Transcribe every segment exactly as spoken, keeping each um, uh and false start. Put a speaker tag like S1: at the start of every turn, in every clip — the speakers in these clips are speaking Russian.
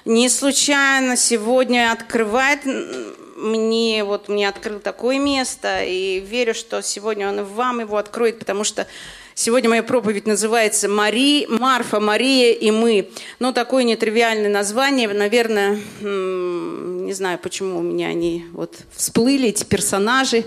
S1: не случайно сегодня открывает мне, вот мне открыл такое место, и верю, что сегодня он и вам его откроет, потому что сегодня моя проповедь называется «Мари, Марфа, Мария и мы». Ну, такое нетривиальное название, наверное, не знаю, почему у меня они вот всплыли, эти персонажи.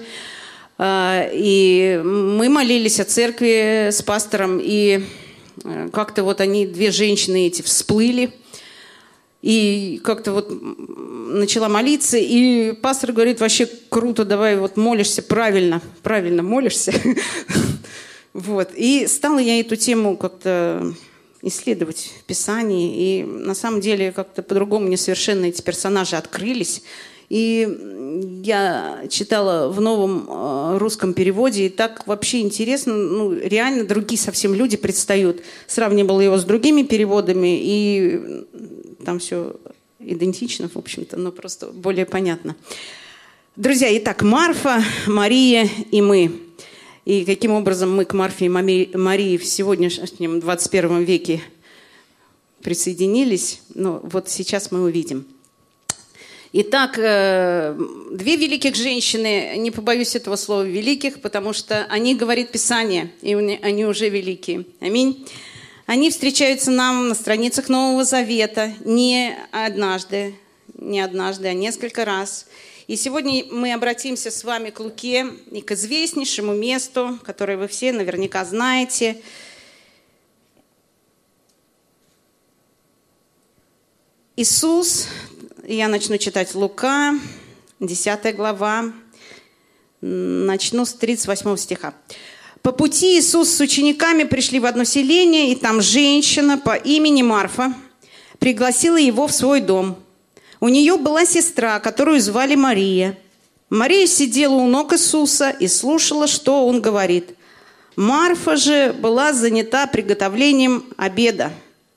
S1: И мы молились о церкви с пастором, и как-то вот они, две женщины эти, всплыли. И как-то вот начала молиться, и пастор говорит: вообще круто, давай вот молишься правильно, правильно молишься. Вот. И стала я эту тему как-то исследовать в Писании, и на самом деле как-то по-другому мне совершенно эти персонажи открылись. И я читала в новом русском переводе, и так вообще интересно, ну, реально другие совсем люди предстают. Сравнивала его с другими переводами, и там все идентично, в общем-то, но просто более понятно. Друзья, итак, Марфа, Мария и мы. И каким образом мы к Марфе и Марии в сегодняшнем двадцать первом веке присоединились, ну, вот сейчас мы увидим. Итак, две великих женщины, не побоюсь этого слова великих, потому что они говорит Писание, и они уже великие. Аминь. Они встречаются нам на страницах Нового Завета не однажды, не однажды, а несколько раз. И сегодня мы обратимся с вами к Луке и к известнейшему месту, которое вы все наверняка знаете. Иисус, я начну читать Лука, десятая глава, начну с тридцать восьмого стиха. «По пути Иисус с учениками пришли в одно селение, и там женщина по имени Марфа пригласила его в свой дом. У нее была сестра, которую звали Мария. Мария сидела у ног Иисуса и слушала, что он говорит. Марфа же была занята приготовлением обеда».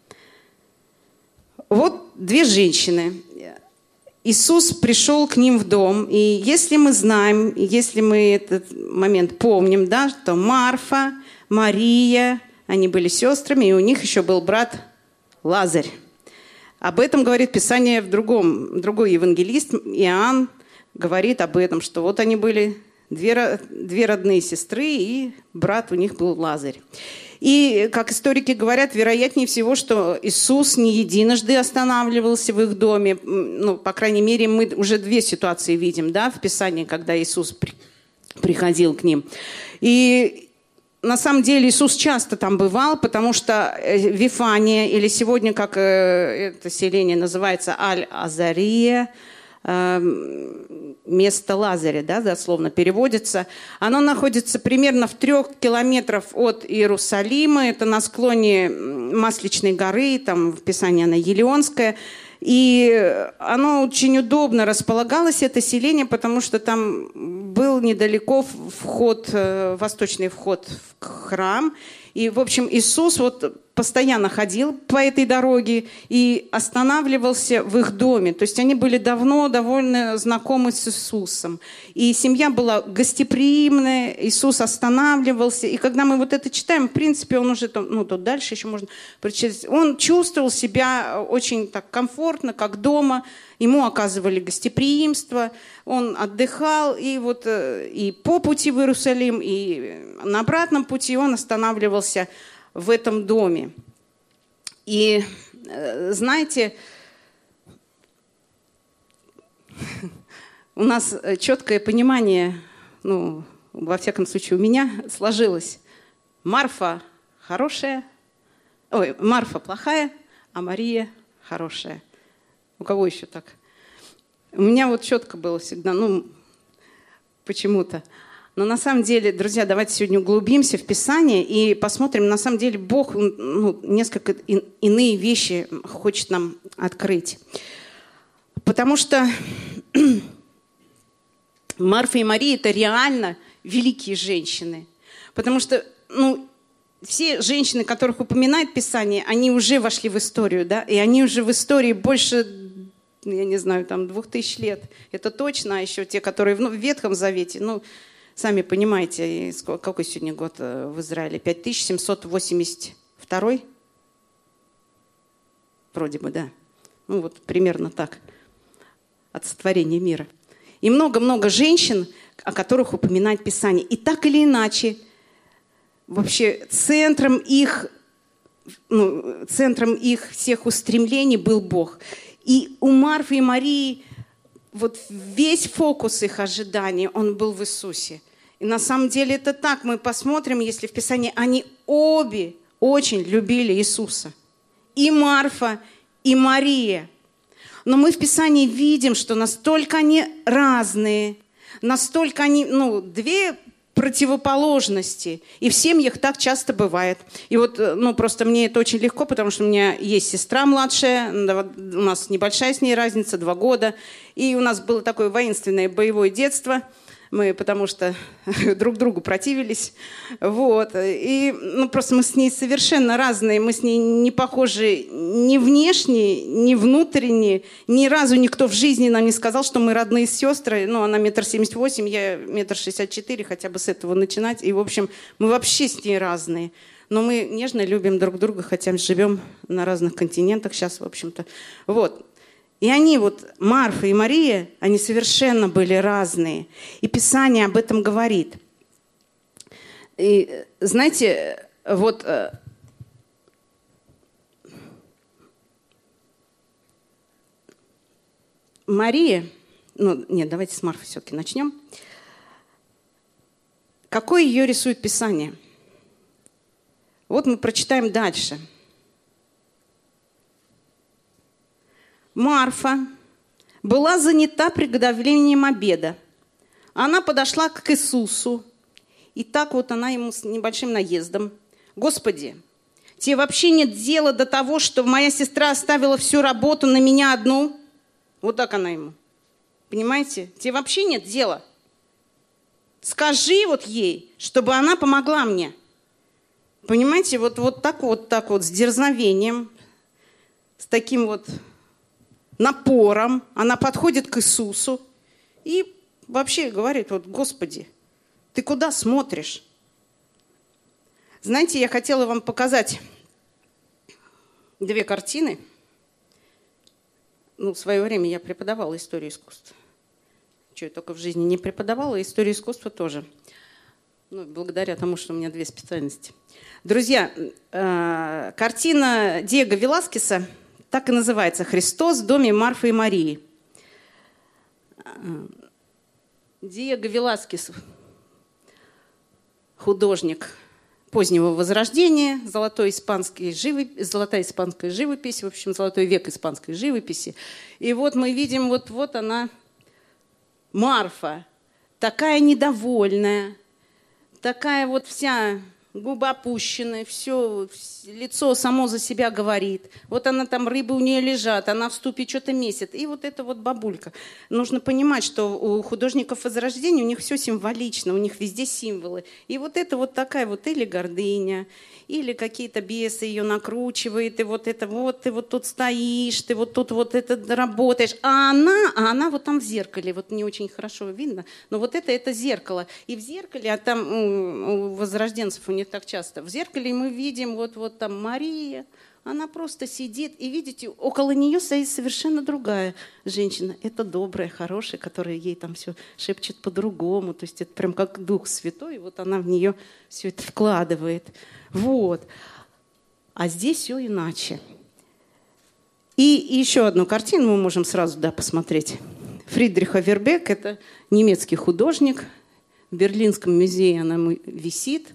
S1: Вот две женщины. Иисус пришел к ним в дом, и если мы знаем, если мы этот момент помним, да, что Марфа, Мария, они были сестрами, и у них еще был брат Лазарь. Об этом говорит Писание в другом, другой евангелист, Иоанн, говорит об этом, что вот они были две, две родные сестры, и брат у них был Лазарь. И, как историки говорят, вероятнее всего, что Иисус не единожды останавливался в их доме. Ну, по крайней мере, мы уже две ситуации видим, да, в Писании, когда Иисус при, приходил к ним. И на самом деле Иисус часто там бывал, потому что Вифания, или сегодня, как это селение называется, Аль-Азария, место Лазаря, да, дословно переводится. Оно находится примерно в трех километрах от Иерусалима. Это на склоне Масличной горы, там в Писании она Елеонская. И оно очень удобно располагалось, это селение, потому что там был недалеко вход, восточный вход в храм. И, в общем, Иисус вот постоянно ходил по этой дороге и останавливался в их доме. То есть они были давно довольно знакомы с Иисусом. И семья была гостеприимная, Иисус останавливался. И когда мы вот это читаем, в принципе, он уже, ну, тут дальше еще можно прочитать, он чувствовал себя очень так комфортно, как дома. Ему оказывали гостеприимство, он отдыхал, и вот и по пути в Иерусалим, и на обратном пути он останавливался в этом доме. И знаете, у нас четкое понимание, ну, во всяком случае у меня сложилось. Марфа хорошая, ой, Марфа плохая, а Мария хорошая. У кого еще так? У меня вот четко было всегда, ну, почему-то. Но на самом деле, друзья, давайте сегодня углубимся в Писание и посмотрим, на самом деле Бог, ну, несколько ин- иные вещи хочет нам открыть. Потому что Марфа и Мария – это реально великие женщины. Потому что, ну, все женщины, которых упоминает Писание, они уже вошли в историю, да, и они уже в истории больше, я не знаю, там, двух тысяч лет. Это точно, а еще те, которые в, ну, в Ветхом Завете, ну, сами понимаете, какой сегодня год в Израиле? пять тысяч семьсот восемьдесят второй? Вроде бы, да. Ну вот примерно так. От сотворения мира. И много-много женщин, о которых упоминает Писание. И так или иначе, вообще центром их, ну, центром их всех устремлений был Бог. И у Марфы и Марии вот весь фокус их ожиданий, он был в Иисусе. И на самом деле это так. Мы посмотрим, если в Писании, они обе очень любили Иисуса. И Марфа, и Мария. Но мы в Писании видим, что настолько они разные, настолько они, ну, две противоположности. И в семьях так часто бывает. И вот, ну, просто мне это очень легко, потому что у меня есть сестра младшая, у нас небольшая с ней разница, два года. И у нас было такое воинственное боевое детство. Мы потому что друг другу противились. Вот. И ну, просто мы с ней совершенно разные. Мы с ней не похожи ни внешне, ни внутренне. Ни разу никто в жизни нам не сказал, что мы родные сестры. Ну, она метр семьдесят восемь, я метр шестьдесят четыре, хотя бы с этого начинать. И, в общем, мы вообще с ней разные. Но мы нежно любим друг друга, хотя живем на разных континентах сейчас, в общем-то. Вот. И они, вот Марфа и Мария, они совершенно были разные. И Писание об этом говорит. И знаете, вот Мария, ну нет, давайте с Марфой все-таки начнем. Какое ее рисует Писание? Вот мы прочитаем дальше. Марфа была занята приготовлением обеда. Она подошла к Иисусу, и так вот она ему с небольшим наездом: «Господи, тебе вообще нет дела до того, что моя сестра оставила всю работу на меня одну?» Вот так она ему. Понимаете? Тебе вообще нет дела. Скажи вот ей, чтобы она помогла мне. Понимаете? Вот, вот так вот, так вот, с дерзновением, с таким вот напором она подходит к Иисусу и вообще говорит: вот, Господи, ты куда смотришь? Знаете, я хотела вам показать две картины. Ну, в свое время я преподавала историю искусства. Что, я только в жизни не преподавала, историю искусства тоже. Ну, благодаря тому, что у меня две специальности. Друзья, э, картина Диего Веласкеса так и называется: «Христос в доме Марфы и Марии». Диего Веласкес, художник позднего Возрождения, золотой испанский живопись, золотая испанская живопись, в общем, золотой век испанской живописи. И вот мы видим, вот, вот она, Марфа, такая недовольная, такая вот вся губы опущены, все, лицо само за себя говорит. Вот она там, рыбы у нее лежат, она в ступе что-то месит. И вот эта вот бабулька. Нужно понимать, что у художников Возрождения у них все символично, у них везде символы. И вот это вот такая вот или гордыня, или какие-то бесы ее накручивает, и вот это вот, ты вот тут стоишь, ты вот тут вот это работаешь. А она, а она вот там в зеркале, вот не очень хорошо видно, но вот это, это зеркало. И в зеркале, а там у, у возрожденцев у них так часто, в зеркале мы видим вот, вот там Мария, она просто сидит, и видите, около нее стоит совершенно другая женщина. Это добрая, хорошая, которая ей там все шепчет по-другому. То есть это прям как Дух Святой, и вот она в нее все это вкладывает. Вот. А здесь все иначе. И еще одну картину мы можем сразу, да, посмотреть. Фридриха Вербек, это немецкий художник. В Берлинском музее она висит.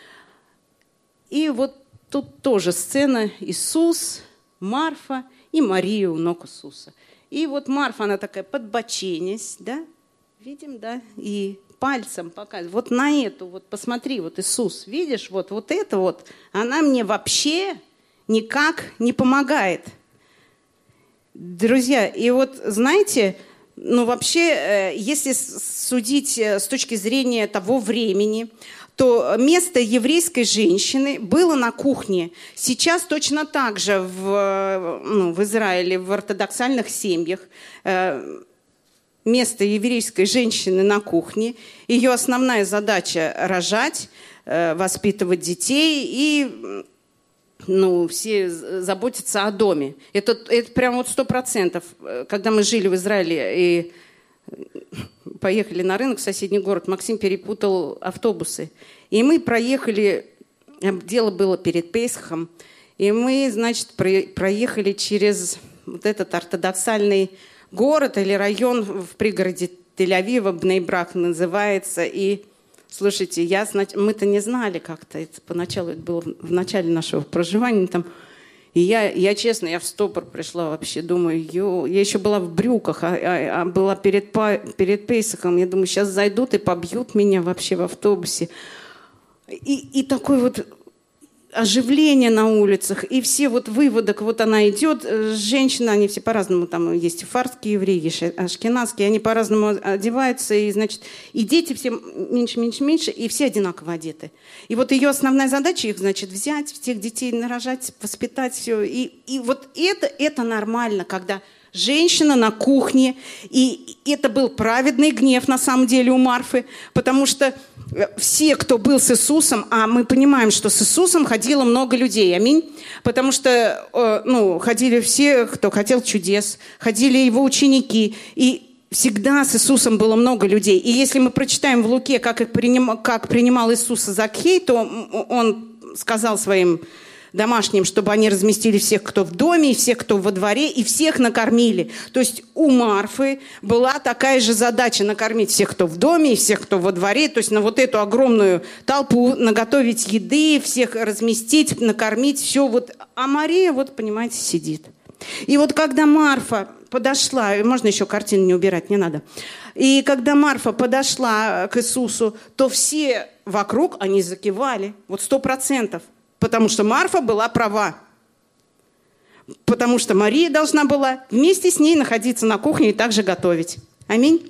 S1: И вот тут тоже сцена: Иисус, Марфа и Мария у ног Иисуса. И вот Марфа, она такая подбоченясь, да? Видим, да? И пальцем показывает: вот на эту, вот посмотри, вот Иисус, видишь, вот, вот это вот, она мне вообще никак не помогает. Друзья, и вот знаете, ну вообще, если судить с точки зрения того времени, то место еврейской женщины было на кухне. Сейчас точно так же в, ну, в Израиле, в ортодоксальных семьях, э, место еврейской женщины на кухне. Ее основная задача – рожать, э, воспитывать детей и ну, все заботятся о доме. Это, это прям вот сто процентов. Когда мы жили в Израиле и поехали на рынок в соседний город, Максим перепутал автобусы. И мы проехали, дело было перед Песхом, и мы, значит, проехали через вот этот ортодоксальный город или район в пригороде Тель-Авива, Бней-Брах называется. И, слушайте, я, мы-то не знали как-то, это поначалу, это было в начале нашего проживания там. И я, я, честно, я в стопор пришла вообще, думаю, ё, я еще была в брюках, а, а, а была перед, перед Песохом, я думаю, сейчас зайдут и побьют меня вообще в автобусе. И, и такой вот оживление на улицах, и все вот выводок, вот она идет, женщины, они все по-разному, там есть и фарские евреи, и ашкеназские, они по-разному одеваются, и, значит, и дети все меньше, меньше, меньше, и все одинаково одеты. И вот ее основная задача их, значит, взять, всех детей нарожать, воспитать, все. И, и вот это, это нормально, когда женщина на кухне, и это был праведный гнев на самом деле у Марфы, потому что все, кто был с Иисусом, а мы понимаем, что с Иисусом ходило много людей, аминь, потому что ну, ходили все, кто хотел чудес, ходили его ученики, и всегда с Иисусом было много людей. И если мы прочитаем в Луке, как, их приним, как принимал Иисуса Закхей, то он сказал своим домашним, чтобы они разместили всех, кто в доме, и всех, кто во дворе, и всех накормили. То есть у Марфы была такая же задача накормить всех, кто в доме, и всех, кто во дворе, то есть на вот эту огромную толпу наготовить еды, всех разместить, накормить, все. Вот. А Мария, вот, понимаете, сидит. И вот когда Марфа подошла, можно еще картину не убирать, не надо. И когда Марфа подошла к Иисусу, то все вокруг, они закивали, вот сто процентов. Потому что Марфа была права. Потому что Мария должна была вместе с ней находиться на кухне и также готовить. Аминь.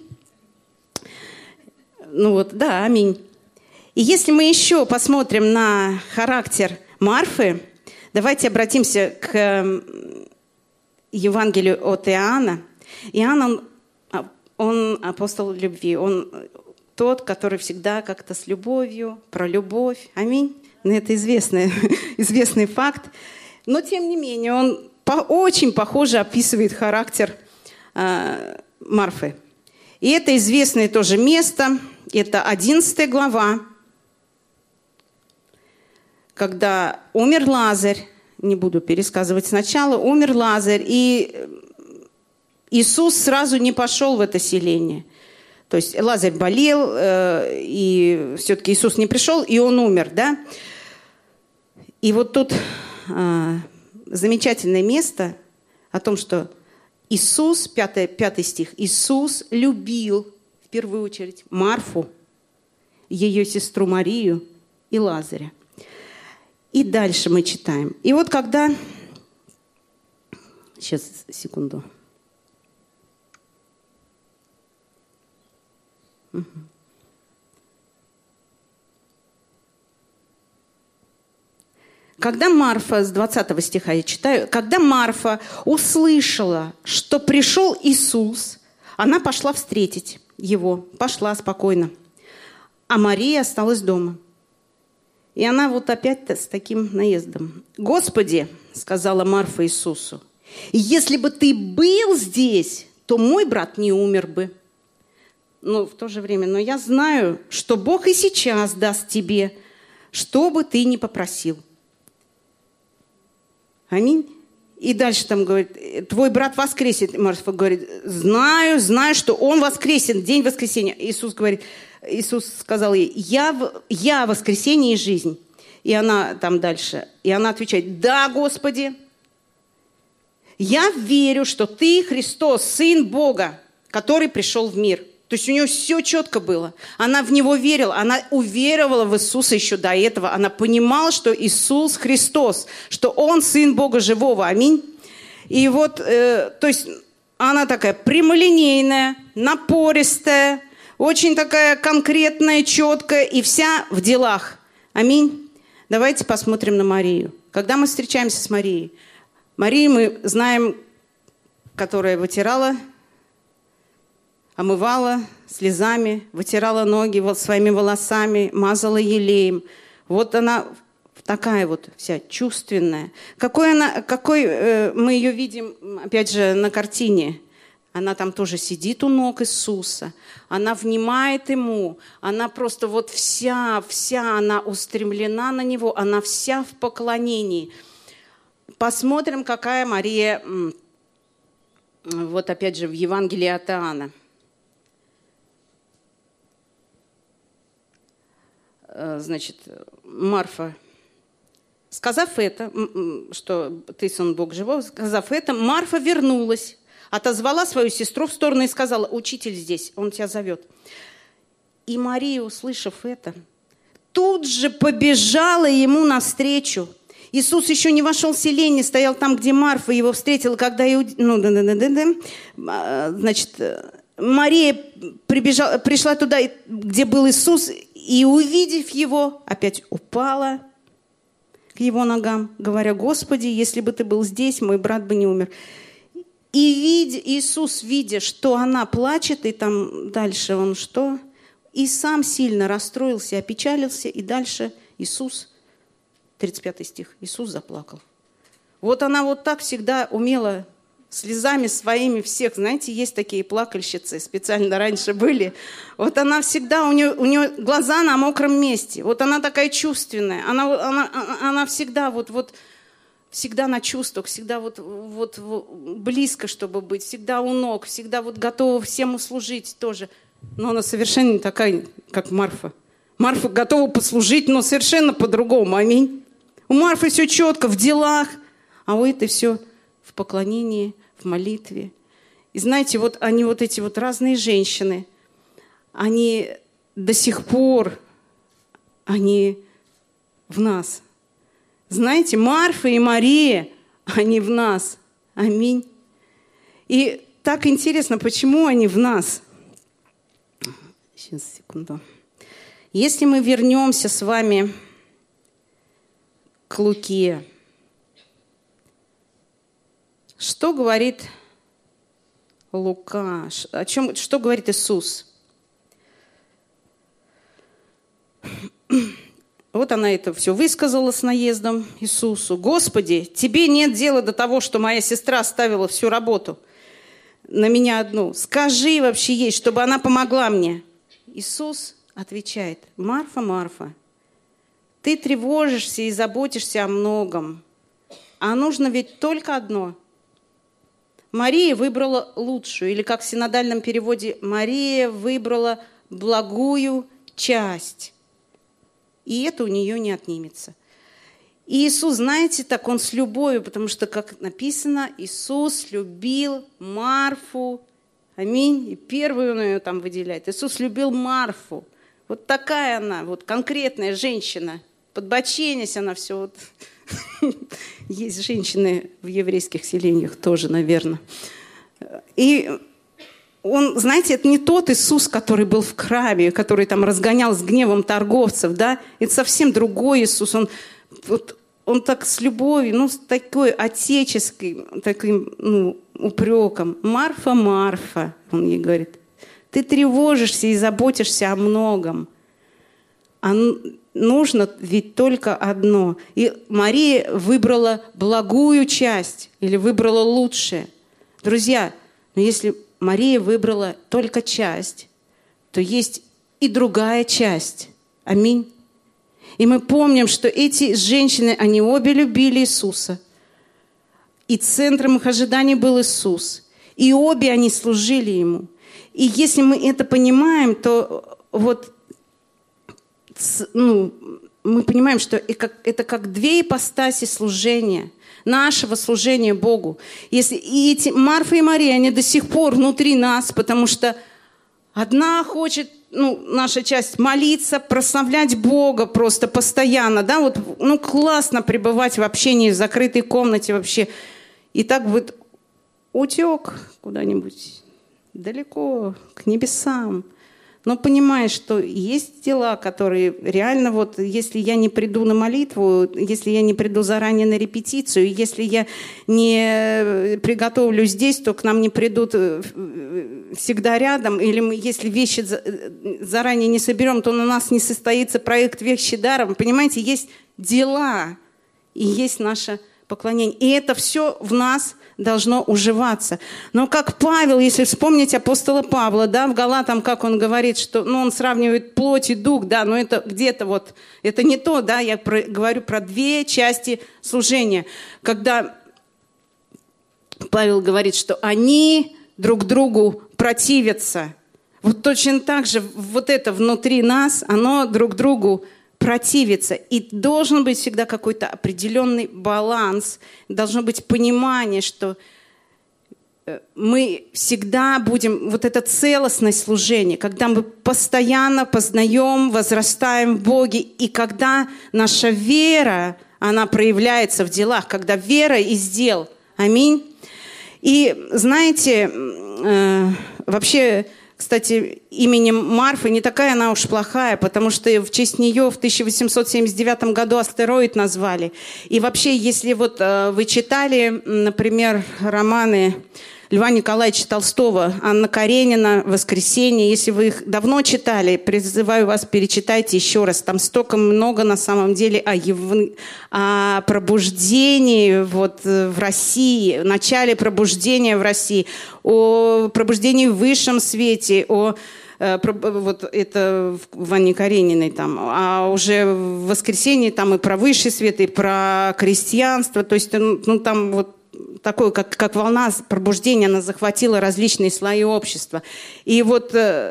S1: Ну вот, да, аминь. И если мы еще посмотрим на характер Марфы, давайте обратимся к Евангелию от Иоанна. Иоанн, он, он апостол любви. Он тот, который всегда как-то с любовью, про любовь. Аминь. Это известный, известный факт. Но, тем не менее, он по, очень похоже описывает характер э, Марфы. И это известное тоже место. Это одиннадцатая глава, когда умер Лазарь. Не буду пересказывать сначала. Умер Лазарь, и Иисус сразу не пошел в это селение. То есть Лазарь болел, э, и все-таки Иисус не пришел, и он умер, да? И вот тут э, замечательное место о том, что Иисус, пятый, пятый стих, Иисус любил в первую очередь Марфу, ее сестру Марию и Лазаря. И дальше мы читаем. И вот когда... Сейчас, секунду. Угу. Когда Марфа, с двадцатого стиха я читаю, когда Марфа услышала, что пришел Иисус, она пошла встретить его, пошла спокойно. А Мария осталась дома. И она вот опять с таким наездом. «Господи, — сказала Марфа Иисусу, — если бы ты был здесь, то мой брат не умер бы. Но в то же время, но я знаю, что Бог и сейчас даст тебе, что бы ты ни попросил». Аминь. И дальше там говорит, твой брат воскресит. Марфа говорит, знаю, знаю, что он воскресен, день воскресения. Иисус говорит, Иисус сказал ей, я, я воскресение и жизнь. И она там дальше, и она отвечает, да, Господи, я верю, что ты Христос, Сын Бога, который пришел в мир. То есть у нее все четко было. Она в Него верила, она уверовала в Иисуса еще до этого. Она понимала, что Иисус Христос, что Он Сын Бога Живого. Аминь. И вот, э, то есть она такая прямолинейная, напористая, очень такая конкретная, четкая и вся в делах. Аминь. Давайте посмотрим на Марию. Когда мы встречаемся с Марией, Марию мы знаем, которая вытирала, омывала слезами, вытирала ноги своими волосами, мазала елеем. Вот она такая вот вся чувственная. Какой она, какой э, мы ее видим, опять же, на картине. Она там тоже сидит у ног Иисуса. Она внимает Ему. Она просто вот вся, вся она устремлена на Него. Она вся в поклонении. Посмотрим, какая Мария, вот опять же, в Евангелии от Иоанна. Значит, Марфа, сказав это, что ты сын Бог живого, сказав это, Марфа вернулась, отозвала свою сестру в сторону и сказала: учитель здесь, он тебя зовет. И Мария, услышав это, тут же побежала ему навстречу. Иисус еще не вошел в селение, стоял там, где Марфа его встретила, когда иуд... ну, да, да, да, да. Значит, Мария прибежала, пришла туда, где был Иисус, и, увидев его, опять упала к его ногам, говоря: Господи, если бы ты был здесь, мой брат бы не умер. И видя, Иисус, видя, что она плачет, и там дальше он что? И сам сильно расстроился, опечалился, и дальше Иисус... тридцать пятый стих. Иисус заплакал. Вот она вот так всегда умела слезами своими всех. Знаете, есть такие плакальщицы, специально раньше были. Вот она всегда, у нее, у нее глаза на мокром месте. Вот она такая чувственная. Она, она, она всегда вот, вот, всегда на чувствах, всегда вот, вот, вот близко, чтобы быть, всегда у ног, всегда вот готова всем услужить тоже. Но она совершенно не такая, как Марфа. Марфа готова послужить, но совершенно по-другому. Аминь. У Марфы все четко в делах, а у этой все в поклонении, в молитве. И знаете, вот они вот эти вот разные женщины, они до сих пор, они в нас. Знаете, Марфа и Мария, они в нас. Аминь. И так интересно, почему они в нас? Сейчас, секунду. Если мы вернемся с вами к Луке, что говорит Лука? О чем, что говорит Иисус? Вот она это все высказала с наездом Иисусу. Господи, тебе нет дела до того, что моя сестра оставила всю работу на меня одну. Скажи вообще ей, чтобы она помогла мне. Иисус отвечает: Марфа, Марфа, ты тревожишься и заботишься о многом, а нужно ведь только одно. Мария выбрала лучшую, или как в синодальном переводе, Мария выбрала благую часть, и это у нее не отнимется. И Иисус, знаете, так он с любовью, потому что, как написано, Иисус любил Марфу. Аминь. И первую он ее там выделяет. Иисус любил Марфу. Вот такая она, вот конкретная женщина. Подбоченясь она все. Вот. Есть женщины в еврейских селениях тоже, наверное. И он, знаете, это не тот Иисус, который был в храме, который там разгонял с гневом торговцев, да? Это совсем другой Иисус. Он, вот, он так с любовью, ну, с такой отеческой, таким, ну, упреком. Марфа, Марфа, он ей говорит, ты тревожишься и заботишься о многом. А нужно ведь только одно. И Мария выбрала благую часть или выбрала лучшее. Друзья, но если Мария выбрала только часть, то есть и другая часть. Аминь. И мы помним, что эти женщины, они обе любили Иисуса. И центром их ожиданий был Иисус. И обе они служили Ему. И если мы это понимаем, то вот, ну, мы понимаем, что это как две ипостаси служения, нашего служения Богу. Если и эти Марфа и Мария, они до сих пор внутри нас, потому что одна хочет, ну, наша часть, молиться, прославлять Бога просто постоянно, да, вот, ну, классно пребывать в общении в закрытой комнате вообще. И так вот утек куда-нибудь далеко, к небесам. Но понимаешь, что есть дела, которые реально, вот, если я не приду на молитву, если я не приду заранее на репетицию, если я не приготовлю здесь, то к нам не придут всегда рядом, или мы, если вещи заранее не соберем, то у нас не состоится проект «Вещи даром». Понимаете, есть дела и есть наше поклонение. И это все в нас должно уживаться. Но как Павел, если вспомнить апостола Павла, да, в Галатам, как он говорит, что, ну, он сравнивает плоть и дух, да, но это где-то вот, это не то, да, я про, говорю про две части служения. Когда Павел говорит, что они друг другу противятся. Вот точно так же вот это внутри нас, оно друг другу противится. И должен быть всегда какой-то определенный баланс, должно быть понимание, что мы всегда будем, вот эта целостность служения, когда мы постоянно познаем, возрастаем в Боге, и когда наша вера, она проявляется в делах, когда вера из дел. Аминь. И знаете, э, вообще... Кстати, именем Марфы не такая она уж плохая, потому что в честь нее в тысяча восемьсот семьдесят девятом году астероид назвали. И вообще, если вот э, вы читали, например, романы Льва Николаевича Толстого, Анна Каренина, «Воскресенье», если вы их давно читали, призываю вас, перечитайте еще раз. Там столько много на самом деле о, ев... о пробуждении вот, в России, начале пробуждения в России, о пробуждении в высшем свете, о вот это в Анне Карениной там, а уже в «Воскресенье» там и про высший свет, и про крестьянство, то есть ну, там вот такое, как, как волна пробуждения, она захватила различные слои общества. И вот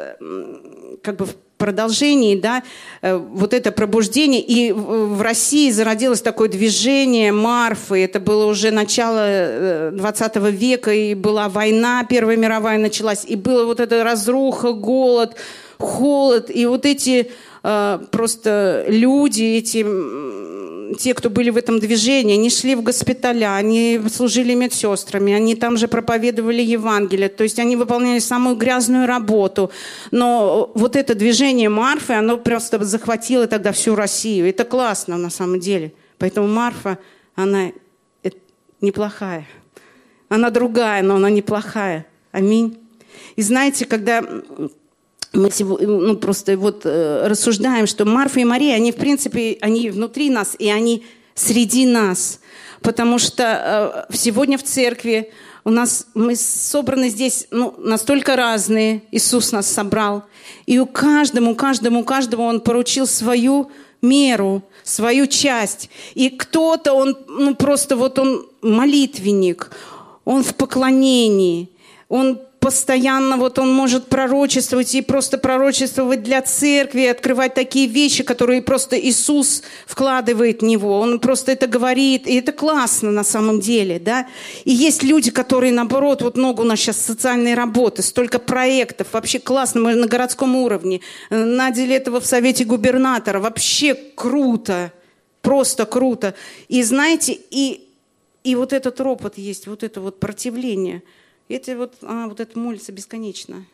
S1: как бы в продолжении, да, вот это пробуждение, и в России зародилось такое движение Марфы, это было уже начало двадцатого века, и была война, Первая мировая началась, и было вот это разруха, голод, холод, и вот эти просто люди, эти, те, кто были в этом движении, они шли в госпиталя, они служили медсестрами, они там же проповедовали Евангелие, то есть они выполняли самую грязную работу. Но вот это движение Марфы, оно просто захватило тогда всю Россию. Это классно на самом деле. Поэтому Марфа, она неплохая. Она другая, но она неплохая. Аминь. И знаете, когда... Мы ну, просто вот э, рассуждаем, что Марфа и Мария, они, в принципе, они внутри нас, и они среди нас. Потому что э, сегодня в церкви у нас, мы собраны здесь ну, настолько разные. Иисус нас собрал. И у каждому, каждому, каждому Он поручил свою меру, свою часть. И кто-то, он ну, просто вот он молитвенник, он в поклонении, он постоянно вот он может пророчествовать и просто пророчествовать для церкви, открывать такие вещи, которые просто Иисус вкладывает в него. Он просто это говорит, и это классно на самом деле, да. И есть люди, которые, наоборот, вот много у нас сейчас социальной работы, столько проектов, вообще классно, мы на городском уровне, Надя Летова в Совете губернатора, вообще круто, просто круто. И знаете, и, и вот этот ропот есть, вот это вот противление – это вот, а, вот это молится бесконечно.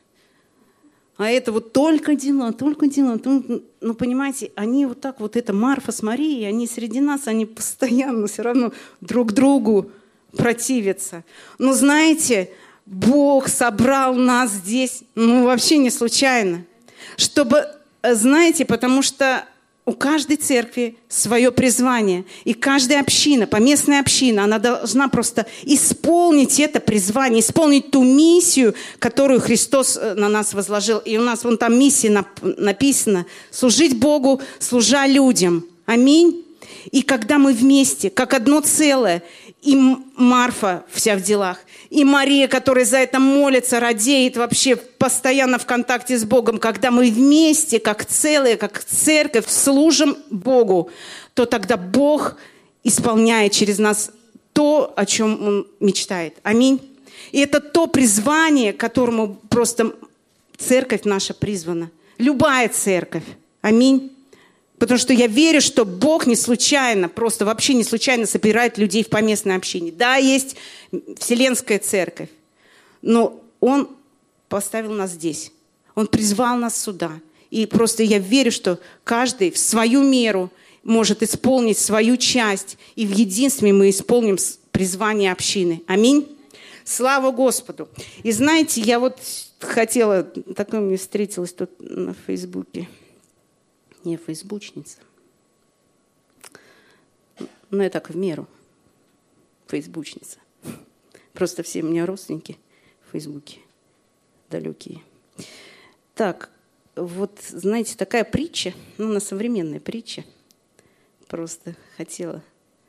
S1: А это вот только дела, только дела. Ну, понимаете, они вот так вот, это Марфа с Марией, они среди нас, они постоянно все равно друг другу противятся. Но знаете, Бог собрал нас здесь, ну, вообще не случайно. Чтобы, знаете, потому что у каждой церкви свое призвание. И каждая община, поместная община, она должна просто исполнить это призвание, исполнить ту миссию, которую Христос на нас возложил. И у нас вон там миссия написана. Служить Богу, служа людям. Аминь. И когда мы вместе, как одно целое, и Марфа вся в делах, и Мария, которая за это молится, радеет, вообще постоянно в контакте с Богом, когда мы вместе, как целые, как церковь, служим Богу, то тогда Бог исполняет через нас то, о чем Он мечтает. Аминь. И это то призвание, к которому просто церковь наша призвана. Любая церковь. Аминь. Потому что я верю, что Бог не случайно, просто вообще не случайно собирает людей в поместной общине. Да, есть Вселенская церковь, но Он поставил нас здесь. Он призвал нас сюда. И просто я верю, что каждый в свою меру может исполнить свою часть. И в единстве мы исполним призвание общины. Аминь. Слава Господу. И знаете, я вот хотела, такое мне встретилось тут на Фейсбуке. Не фейсбучница. Ну, я так в меру. Фейсбучница. Просто все у меня родственники в Фейсбуке далекие. Так, вот, знаете, такая притча, ну, она современная притча. Просто хотела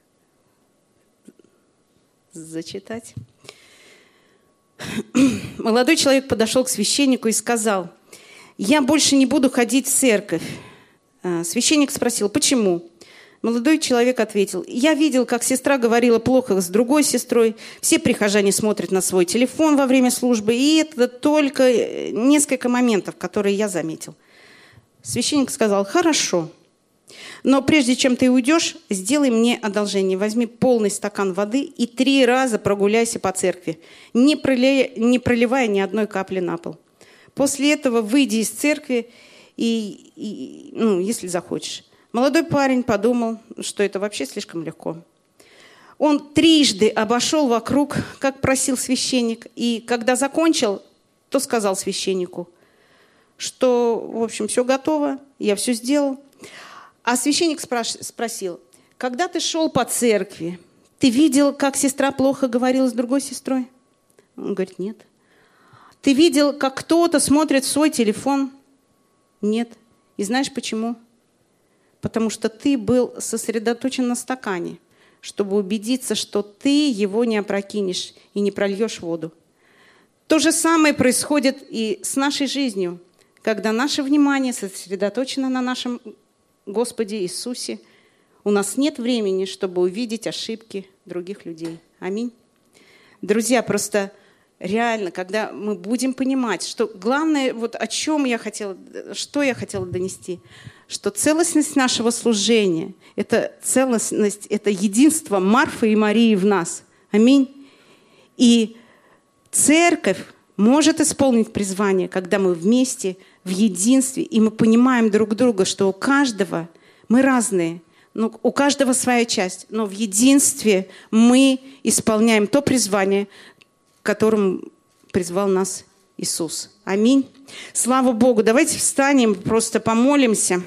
S1: зачитать. Молодой человек подошел к священнику и сказал: «Я больше не буду ходить в церковь». Священник спросил: «Почему?» Молодой человек ответил: «Я видел, как сестра говорила плохо с другой сестрой. Все прихожане смотрят на свой телефон во время службы, и это только несколько моментов, которые я заметил». Священник сказал: «Хорошо, но прежде чем ты уйдешь, сделай мне одолжение. Возьми полный стакан воды и три раза прогуляйся по церкви, не проливая, не проливая ни одной капли на пол. После этого выйди из церкви, и, и, ну, если захочешь». Молодой парень подумал, что это вообще слишком легко. Он трижды обошел вокруг, как просил священник, и когда закончил, то сказал священнику, что, в общем, все готово, я все сделал. А священник спросил: «Когда ты шел по церкви, ты видел, как сестра плохо говорила с другой сестрой?» Он говорит: «Нет». «Ты видел, как кто-то смотрит в свой телефон?» «Нет». И знаешь почему? Потому что ты был сосредоточен на стакане, чтобы убедиться, что ты его не опрокинешь и не прольешь воду. То же самое происходит и с нашей жизнью, когда наше внимание сосредоточено на нашем Господе Иисусе. У нас нет времени, чтобы увидеть ошибки других людей. Аминь. Друзья, просто реально, когда мы будем понимать, что главное, вот о чем я хотела, что я хотела донести, что целостность нашего служения – это целостность, это единство Марфы и Марии в нас. Аминь. И церковь может исполнить призвание, когда мы вместе, в единстве, и мы понимаем друг друга, что у каждого, мы разные, но у каждого своя часть, но в единстве мы исполняем то призвание, которым призвал нас Иисус. Аминь. Слава Богу. Давайте встанем, просто помолимся.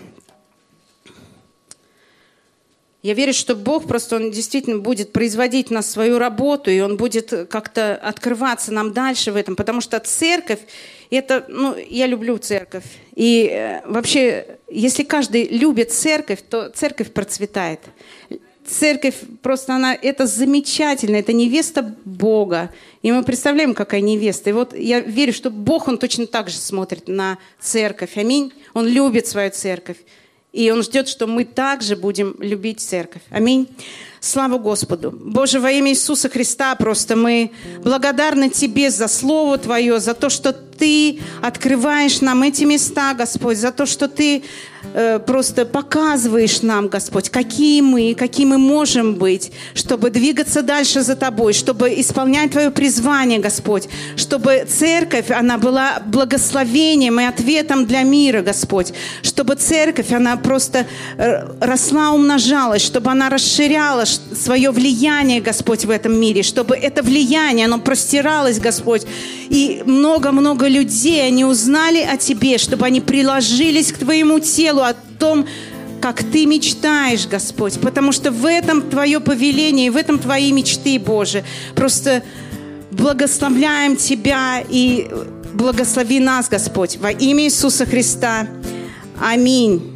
S1: Я верю, что Бог просто, Он действительно будет производить в нас свою работу, и Он будет как-то открываться нам дальше в этом, потому что церковь, это, ну, я люблю церковь. И э, вообще, если каждый любит церковь, то церковь процветает. Церковь просто, она, это замечательно, это невеста Бога. И мы представляем, какая невеста. И вот я верю, что Бог, Он точно так же смотрит на церковь. Аминь. Он любит свою церковь. И Он ждет, что мы также будем любить церковь. Аминь. Слава Господу. Боже, во имя Иисуса Христа просто мы благодарны Тебе за Слово Твое, за то, что Ты открываешь нам эти места, Господь, за то, что Ты э, просто показываешь нам, Господь, какие мы, какие мы можем быть, чтобы двигаться дальше за Тобой, чтобы исполнять Твое призвание, Господь, чтобы церковь, она была благословением и ответом для мира, Господь, чтобы церковь, она просто росла, умножалась, чтобы она расширяла свое влияние, Господь, в этом мире, чтобы это влияние, оно простиралось, Господь, и много-много людей, они узнали о Тебе, чтобы они приложились к Твоему телу, о том, как Ты мечтаешь, Господь, потому что в этом Твое повеление, и в этом Твои мечты, Боже. Просто благословляем Тебя и благослови нас, Господь, во имя Иисуса Христа. Аминь.